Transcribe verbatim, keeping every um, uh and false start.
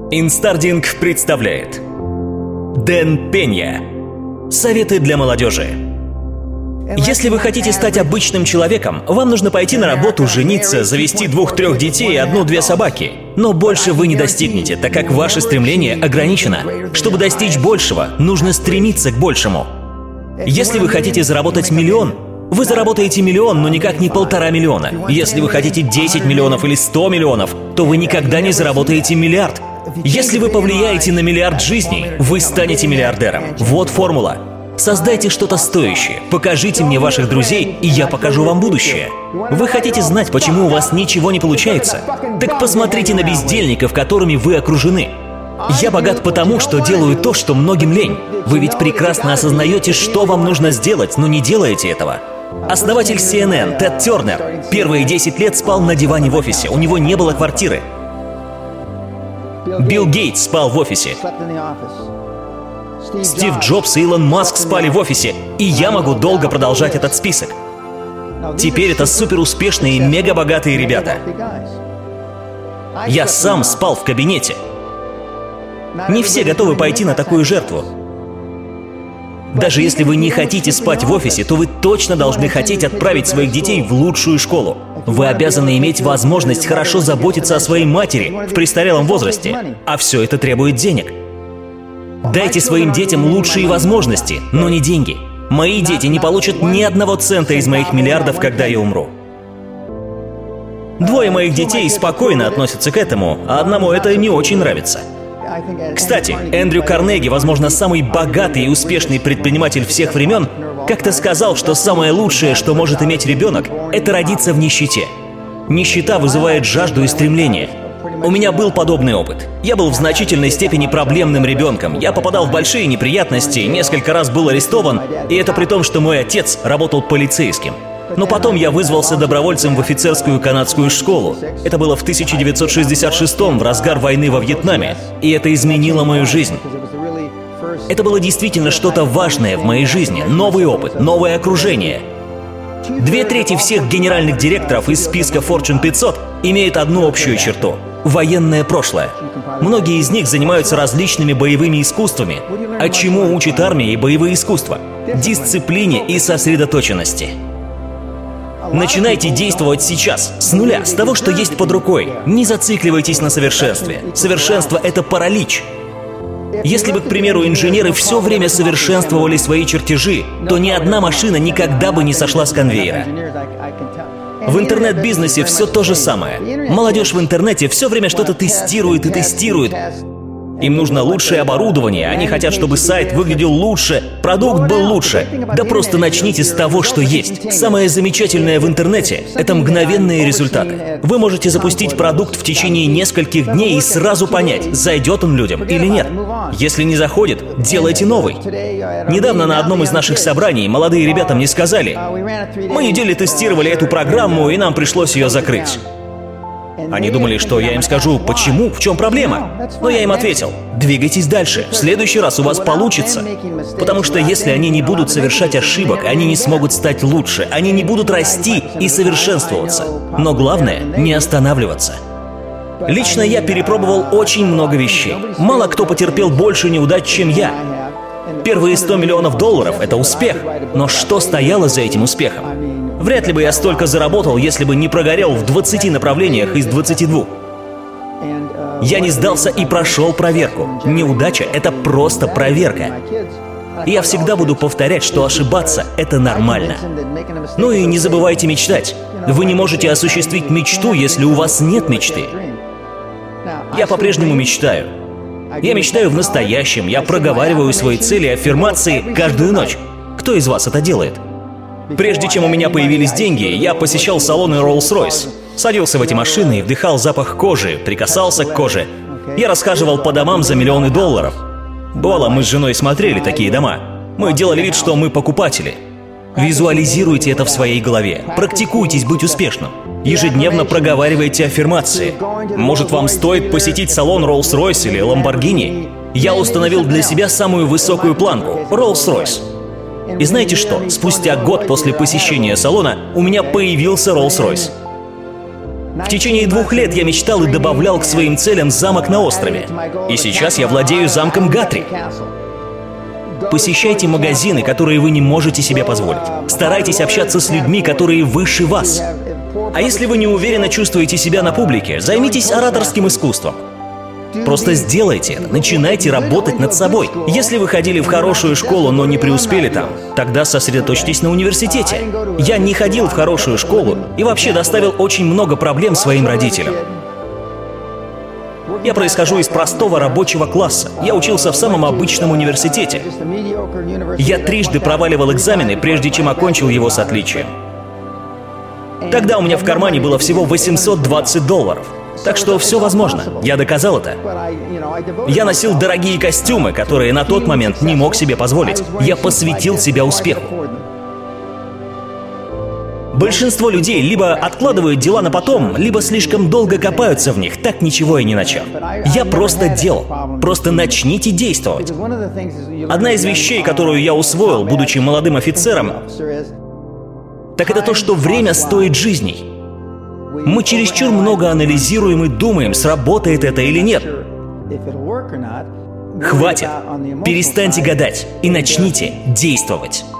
Инстардинг представляет Дэн Пенья. Советы для молодежи. Если вы хотите стать обычным человеком, вам нужно пойти на работу, жениться, завести двух-трех детей и одну-две собаки. Но больше вы не достигнете, так как ваше стремление ограничено. Чтобы достичь большего, нужно стремиться к большему. Если вы хотите заработать миллион, вы заработаете миллион, но никак не полтора миллиона. Если вы хотите десять миллионов или сто миллионов, то вы никогда не заработаете миллиард. Если вы повлияете на миллиард жизней, вы станете миллиардером. Вот формула. Создайте что-то стоящее, покажите мне ваших друзей, и я покажу вам будущее. Вы хотите знать, почему у вас ничего не получается? Так посмотрите на бездельников, которыми вы окружены. Я богат потому, что делаю то, что многим лень. Вы ведь прекрасно осознаете, что вам нужно сделать, но не делаете этого. Основатель си эн эн Тед Тернер первые десять лет спал на диване в офисе, у него не было квартиры. Билл Гейтс спал в офисе. Стив Джобс и Илон Маск спали в офисе, и я могу долго продолжать этот список. Теперь это суперуспешные и мегабогатые ребята. Я сам спал в кабинете. Не все готовы пойти на такую жертву. Даже если вы не хотите спать в офисе, то вы точно должны хотеть отправить своих детей в лучшую школу. Вы обязаны иметь возможность хорошо заботиться о своей матери в престарелом возрасте, а все это требует денег. Дайте своим детям лучшие возможности, но не деньги. Мои дети не получат ни одного цента из моих миллиардов, когда я умру. Двое моих детей спокойно относятся к этому, а одному это не очень нравится. Кстати, Эндрю Карнеги, возможно, самый богатый и успешный предприниматель всех времен, как-то сказал, что самое лучшее, что может иметь ребенок, это родиться в нищете. Нищета вызывает жажду и стремление. У меня был подобный опыт. Я был в значительной степени проблемным ребенком. Я попадал в большие неприятности, несколько раз был арестован, и это при том, что мой отец работал полицейским. Но потом я вызвался добровольцем в офицерскую канадскую школу. Это было в тысяча девятьсот шестьдесят шестом, в разгар войны во Вьетнаме, и это изменило мою жизнь. Это было действительно что-то важное в моей жизни, новый опыт, новое окружение. Две трети всех генеральных директоров из списка Fortune пятьсот имеют одну общую черту – военное прошлое. Многие из них занимаются различными боевыми искусствами. А чему учит армия и боевые искусства? Дисциплине и сосредоточенности. Начинайте действовать сейчас, с нуля, с того, что есть под рукой. Не зацикливайтесь на совершенстве. Совершенство – это паралич. Если бы, к примеру, инженеры все время совершенствовали свои чертежи, то ни одна машина никогда бы не сошла с конвейера. В интернет-бизнесе все то же самое. Молодежь в интернете все время что-то тестирует и тестирует. Им нужно лучшее оборудование, они хотят, чтобы сайт выглядел лучше, продукт был лучше. Да просто начните с того, что есть. Самое замечательное в интернете – это мгновенные результаты. Вы можете запустить продукт в течение нескольких дней и сразу понять, зайдет он людям или нет. Если не заходит, делайте новый. Недавно на одном из наших собраний молодые ребята мне сказали: «Мы неделю тестировали эту программу, и нам пришлось ее закрыть». Они думали, что я им скажу, почему, в чем проблема. Но я им ответил: двигайтесь дальше, в следующий раз у вас получится. Потому что если они не будут совершать ошибок, они не смогут стать лучше, они не будут расти и совершенствоваться. Но главное – не останавливаться. Лично я перепробовал очень много вещей. Мало кто потерпел больше неудач, чем я. Первые сто миллионов долларов – это успех. Но что стояло за этим успехом? Вряд ли бы я столько заработал, если бы не прогорел в двадцати направлениях из двадцати двух. Я не сдался и прошел проверку. Неудача – это просто проверка. Я всегда буду повторять, что ошибаться – это нормально. Ну и не забывайте мечтать. Вы не можете осуществить мечту, если у вас нет мечты. Я по-прежнему мечтаю. Я мечтаю в настоящем, я проговариваю свои цели и аффирмации каждую ночь. Кто из вас это делает? Прежде чем у меня появились деньги, я посещал салоны Rolls-Royce. Садился в эти машины и вдыхал запах кожи, прикасался к коже. Я расхаживал по домам за миллионы долларов. Бывало, мы с женой смотрели такие дома. Мы делали вид, что мы покупатели. Визуализируйте это в своей голове. Практикуйтесь быть успешным. Ежедневно проговаривайте аффирмации. Может, вам стоит посетить салон Rolls-Royce или Lamborghini? Я установил для себя самую высокую планку – Rolls-Royce. И знаете что? Спустя год после посещения салона у меня появился Rolls-Royce. В течение двух лет я мечтал и добавлял к своим целям замок на острове. И сейчас я владею замком Гатри. Посещайте магазины, которые вы не можете себе позволить. Старайтесь общаться с людьми, которые выше вас. А если вы не уверенно чувствуете себя на публике, займитесь ораторским искусством. Просто сделайте это, начинайте работать над собой. Если вы ходили в хорошую школу, но не преуспели там, тогда сосредоточьтесь на университете. Я не ходил в хорошую школу и вообще доставил очень много проблем своим родителям. Я происхожу из простого рабочего класса. Я учился в самом обычном университете. Я трижды проваливал экзамены, прежде чем окончил его с отличием. Тогда у меня в кармане было всего восемьсот двадцать долларов. Так что все возможно. Я доказал это. Я носил дорогие костюмы, которые на тот момент не мог себе позволить. Я посвятил себя успеху. Большинство людей либо откладывают дела на потом, либо слишком долго копаются в них, так ничего и не начав. Я просто делал. Просто начните действовать. Одна из вещей, которую я усвоил, будучи молодым офицером, так это то, что время стоит жизней. Мы чересчур много анализируем и думаем, сработает это или нет. Хватит. Перестаньте гадать и начните действовать.